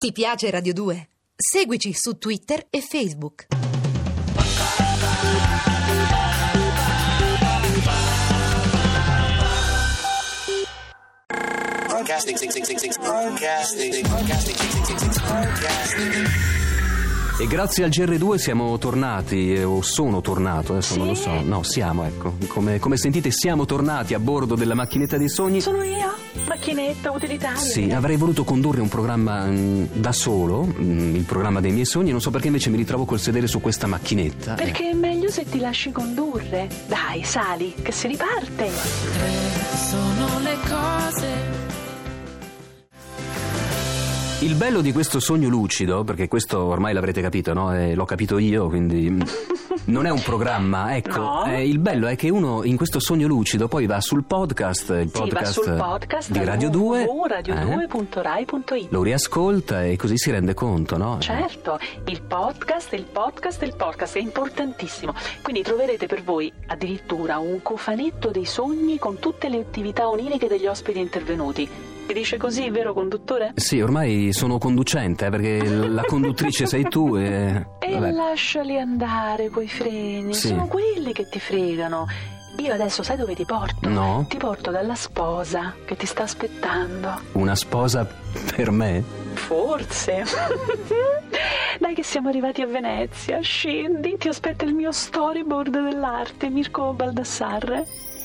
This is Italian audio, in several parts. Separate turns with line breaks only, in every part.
Ti piace Radio 2? Seguici su Twitter e Facebook.
E grazie al GR2 siamo tornati, o sono tornato, adesso non lo so. No, siamo, ecco. Come sentite siamo tornati a bordo della macchinetta dei sogni.
Sono io, macchinetta utilitaria.
Sì, avrei voluto condurre un programma da solo, il programma dei miei sogni, non so perché invece mi ritrovo col sedere su questa macchinetta.
Perché è meglio se ti lasci condurre. Dai, sali, che si riparte.
Sono le cose.
Il bello di questo sogno lucido, perché questo ormai l'avrete capito, no? L'ho capito io, quindi non è un programma, ecco.
No.
Il bello è che uno in questo sogno lucido poi va sul podcast,
Va sul podcast
di Radio 2,
radio2.rai.it.
lo riascolta e così si rende conto, no?
Certo, il podcast è importantissimo. Quindi troverete per voi addirittura un cofanetto dei sogni con tutte le attività oniriche degli ospiti intervenuti. Si dice così, vero conduttore?
Sì, ormai sono conducente, perché la conduttrice sei tu e vabbè.
Lasciali andare coi freni,
Sì.
sono quelli che ti fregano. Io adesso sai dove ti porto?
No.
Ti porto dalla sposa che ti sta aspettando.
Una sposa per me?
Forse. Dai che siamo arrivati a Venezia, scendi, ti aspetta il mio storyboard dell'arte, Mirko Baldassarre.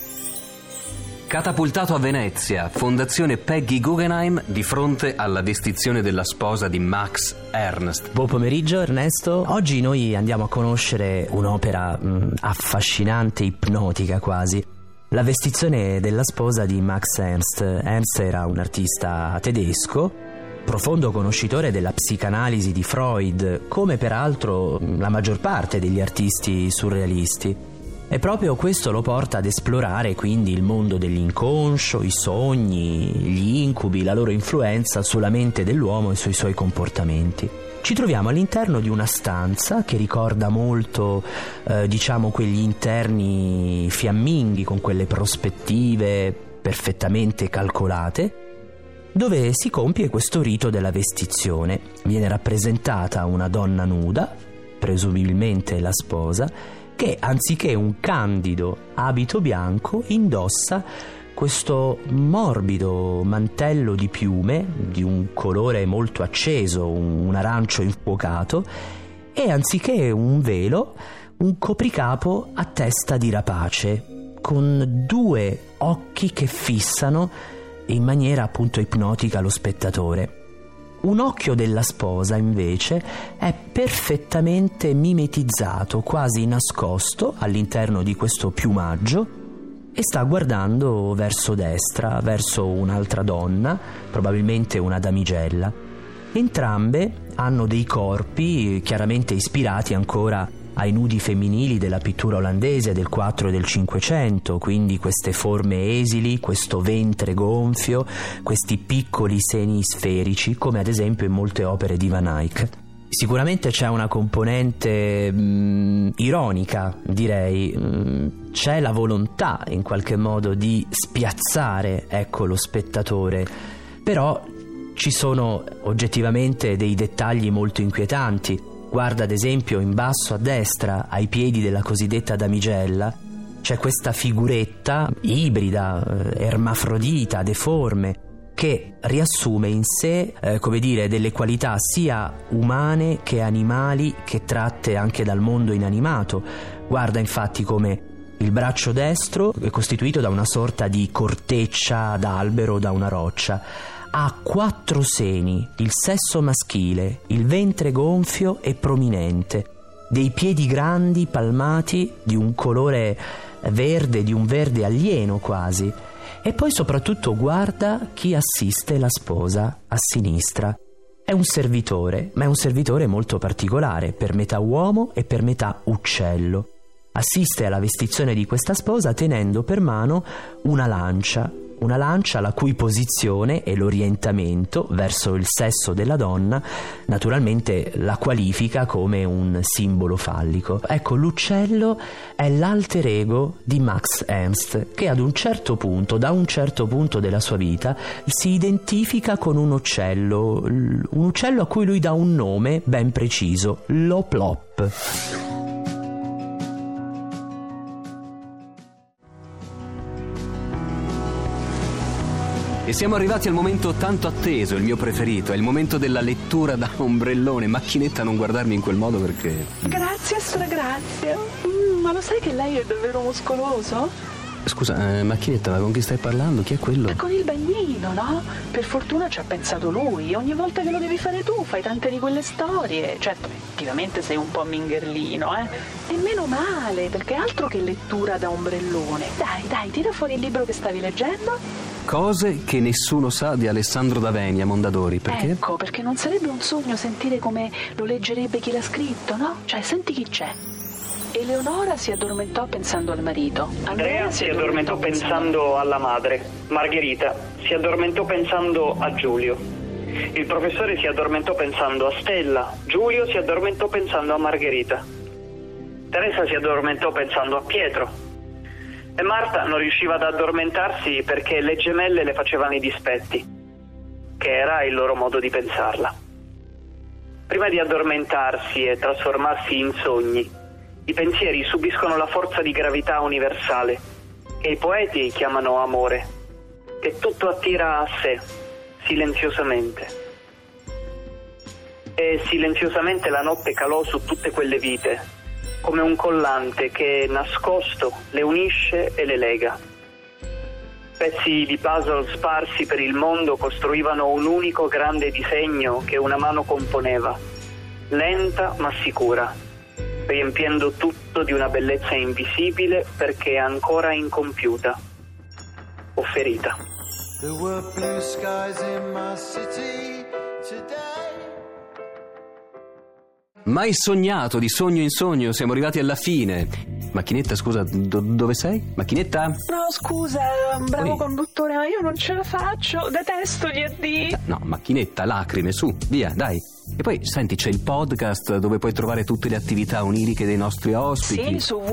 Catapultato a Venezia, Fondazione Peggy Guggenheim di fronte alla vestizione della sposa di Max Ernst.
Buon pomeriggio Ernesto. Oggi noi andiamo a conoscere un'opera affascinante, ipnotica quasi. La vestizione della sposa di Max Ernst. Ernst era un artista tedesco, profondo conoscitore della psicanalisi di Freud, come peraltro la maggior parte degli artisti surrealisti. E proprio questo lo porta ad esplorare quindi il mondo dell'inconscio, i sogni, gli incubi, la loro influenza sulla mente dell'uomo e sui suoi comportamenti. Ci troviamo all'interno di una stanza che ricorda molto, quegli interni fiamminghi con quelle prospettive perfettamente calcolate, dove si compie questo rito della vestizione. Viene rappresentata una donna nuda, presumibilmente la sposa, che anziché un candido abito bianco indossa questo morbido mantello di piume di un colore molto acceso, un arancio infuocato, e anziché un velo, un copricapo a testa di rapace, con due occhi che fissano in maniera appunto ipnotica lo spettatore. Un occhio della sposa, invece, è perfettamente mimetizzato, quasi nascosto all'interno di questo piumaggio, e sta guardando verso destra, verso un'altra donna, probabilmente una damigella. Entrambe hanno dei corpi chiaramente ispirati ancora ai nudi femminili della pittura olandese del 4 e del 500, quindi queste forme esili, questo ventre gonfio, questi piccoli seni sferici, come ad esempio in molte opere di Van Eyck. Sicuramente c'è una componente ironica, direi, c'è la volontà in qualche modo di spiazzare, ecco, lo spettatore, però ci sono oggettivamente dei dettagli molto inquietanti. Guarda ad esempio in basso a destra, ai piedi della cosiddetta damigella, c'è questa figuretta ibrida, ermafrodita, deforme, che riassume in sé, delle qualità sia umane che animali, che tratte anche dal mondo inanimato. Guarda infatti come il braccio destro è costituito da una sorta di corteccia d'albero, da una roccia. Ha 4 seni, il sesso maschile, il ventre gonfio e prominente, dei piedi grandi palmati di un colore verde, di un verde alieno quasi, e poi soprattutto guarda chi assiste la sposa a sinistra. È un servitore, ma è un servitore molto particolare, per metà uomo e per metà uccello. Assiste alla vestizione di questa sposa tenendo per mano una lancia, Una lancia la cui posizione e l'orientamento verso il sesso della donna naturalmente la qualifica come un simbolo fallico. Ecco, l'uccello è l'alter ego di Max Ernst, che ad un certo punto, da un certo punto della sua vita, si identifica con un uccello a cui lui dà un nome ben preciso, l'Oplop.
E siamo arrivati al momento tanto atteso, il mio preferito, è il momento della lettura da ombrellone. Macchinetta, non guardarmi in quel modo perché...
Grazie, grazie. Ma lo sai che lei è davvero muscoloso?
Scusa, Macchinetta, ma con chi stai parlando? Chi è quello?
Con il bagnino, no? Per fortuna ci ha pensato lui. Ogni volta che lo devi fare tu fai tante di quelle storie. Certo, effettivamente sei un po' mingherlino, E meno male, perché altro che lettura da ombrellone. Dai, tira fuori il libro che stavi leggendo.
Cose che nessuno sa di Alessandro D'Avenia, Mondadori, perché?
Ecco, perché non sarebbe un sogno sentire come lo leggerebbe chi l'ha scritto, no? Cioè, senti chi c'è. Eleonora si addormentò pensando al marito.
Andrea si addormentò pensando alla madre. Margherita si addormentò pensando a Giulio. Il professore si addormentò pensando a Stella. Giulio si addormentò pensando a Margherita. Teresa si addormentò pensando a Pietro. E Marta non riusciva ad addormentarsi perché le gemelle le facevano i dispetti, che era il loro modo di pensarla. Prima di addormentarsi e trasformarsi in sogni, i pensieri subiscono la forza di gravità universale, che i poeti chiamano amore, che tutto attira a sé, silenziosamente. E silenziosamente la notte calò su tutte quelle vite, come un collante che, nascosto, le unisce e le lega. Pezzi di puzzle sparsi per il mondo costruivano un unico grande disegno che una mano componeva, lenta ma sicura, riempiendo tutto di una bellezza invisibile perché ancora incompiuta o ferita.
There were blue skies in my city today.
Mai sognato, di sogno in sogno, siamo arrivati alla fine. Macchinetta, scusa, dove sei? Macchinetta?
No, scusa, bravo conduttore, ma io non ce la faccio, detesto gli addii.
No, Macchinetta, lacrime, su, via, dai. E poi, senti, c'è il podcast dove puoi trovare tutte le attività oniriche dei nostri ospiti.
Sì, su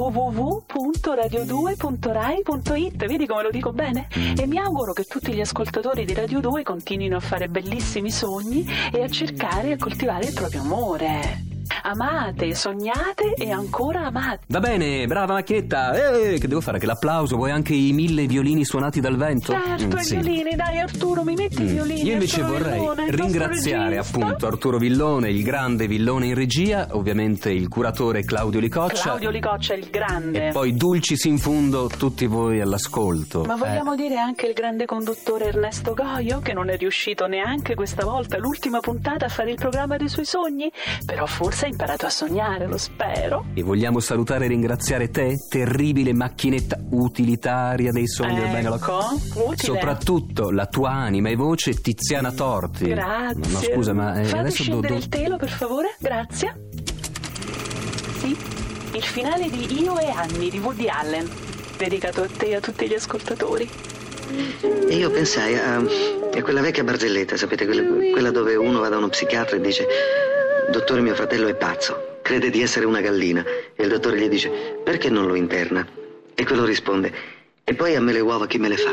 www.radio2.rai.it, vedi come lo dico bene? E mi auguro che tutti gli ascoltatori di Radio 2 continuino a fare bellissimi sogni e a cercare e a coltivare il proprio amore. Amate, sognate e ancora amate.
Va bene, brava Macchinetta. Che devo fare? Che l'applauso? Vuoi anche i 1000 violini suonati dal vento?
Certo, i violini, dai Arturo, mi metti i violini.
Io invece
Arturo
vorrei
Villone,
ringraziare appunto Arturo Villone, il grande Villone in regia, ovviamente il curatore Claudio Licoccia.
Claudio Licoccia, il grande.
E poi dulcis in fundo tutti voi all'ascolto.
Ma vogliamo dire anche il grande conduttore Ernesto Goio, che non è riuscito neanche questa volta, l'ultima puntata, a fare il programma dei suoi sogni, però forse ha imparato a sognare, lo spero.
E vogliamo salutare e ringraziare te, terribile macchinetta utilitaria dei sogni del bene.
Utile.
Soprattutto la tua anima e voce Tiziana Torti.
Grazie.
No, scusa, ma
fate
adesso
scendere il telo, per favore, grazie. Sì, il finale di Io e Annie di Woody Allen, dedicato a te e a tutti gli ascoltatori.
E io pensai a quella vecchia barzelletta, sapete, quella dove uno va da uno psichiatra e dice: dottore, mio fratello è pazzo, crede di essere una gallina. E il dottore gli dice: perché non lo interna? E quello risponde: e poi a me le uova chi me le fa?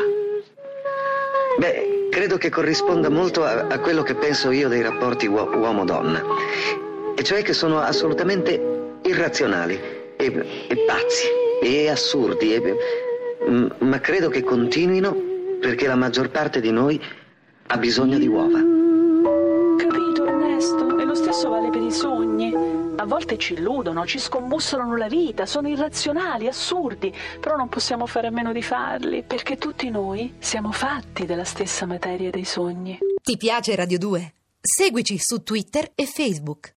Beh, credo che corrisponda molto a quello che penso io dei rapporti uomo-donna, e cioè che sono assolutamente irrazionali e pazzi e assurdi, ma credo che continuino perché la maggior parte di noi ha bisogno di uova.
Capito, Ernesto? E lo stesso vale per i sogni. A volte ci illudono, ci scombussolano la vita, sono irrazionali, assurdi, però non possiamo fare a meno di farli, perché tutti noi siamo fatti della stessa materia dei sogni.
Ti piace Radio 2? Seguici su Twitter e Facebook.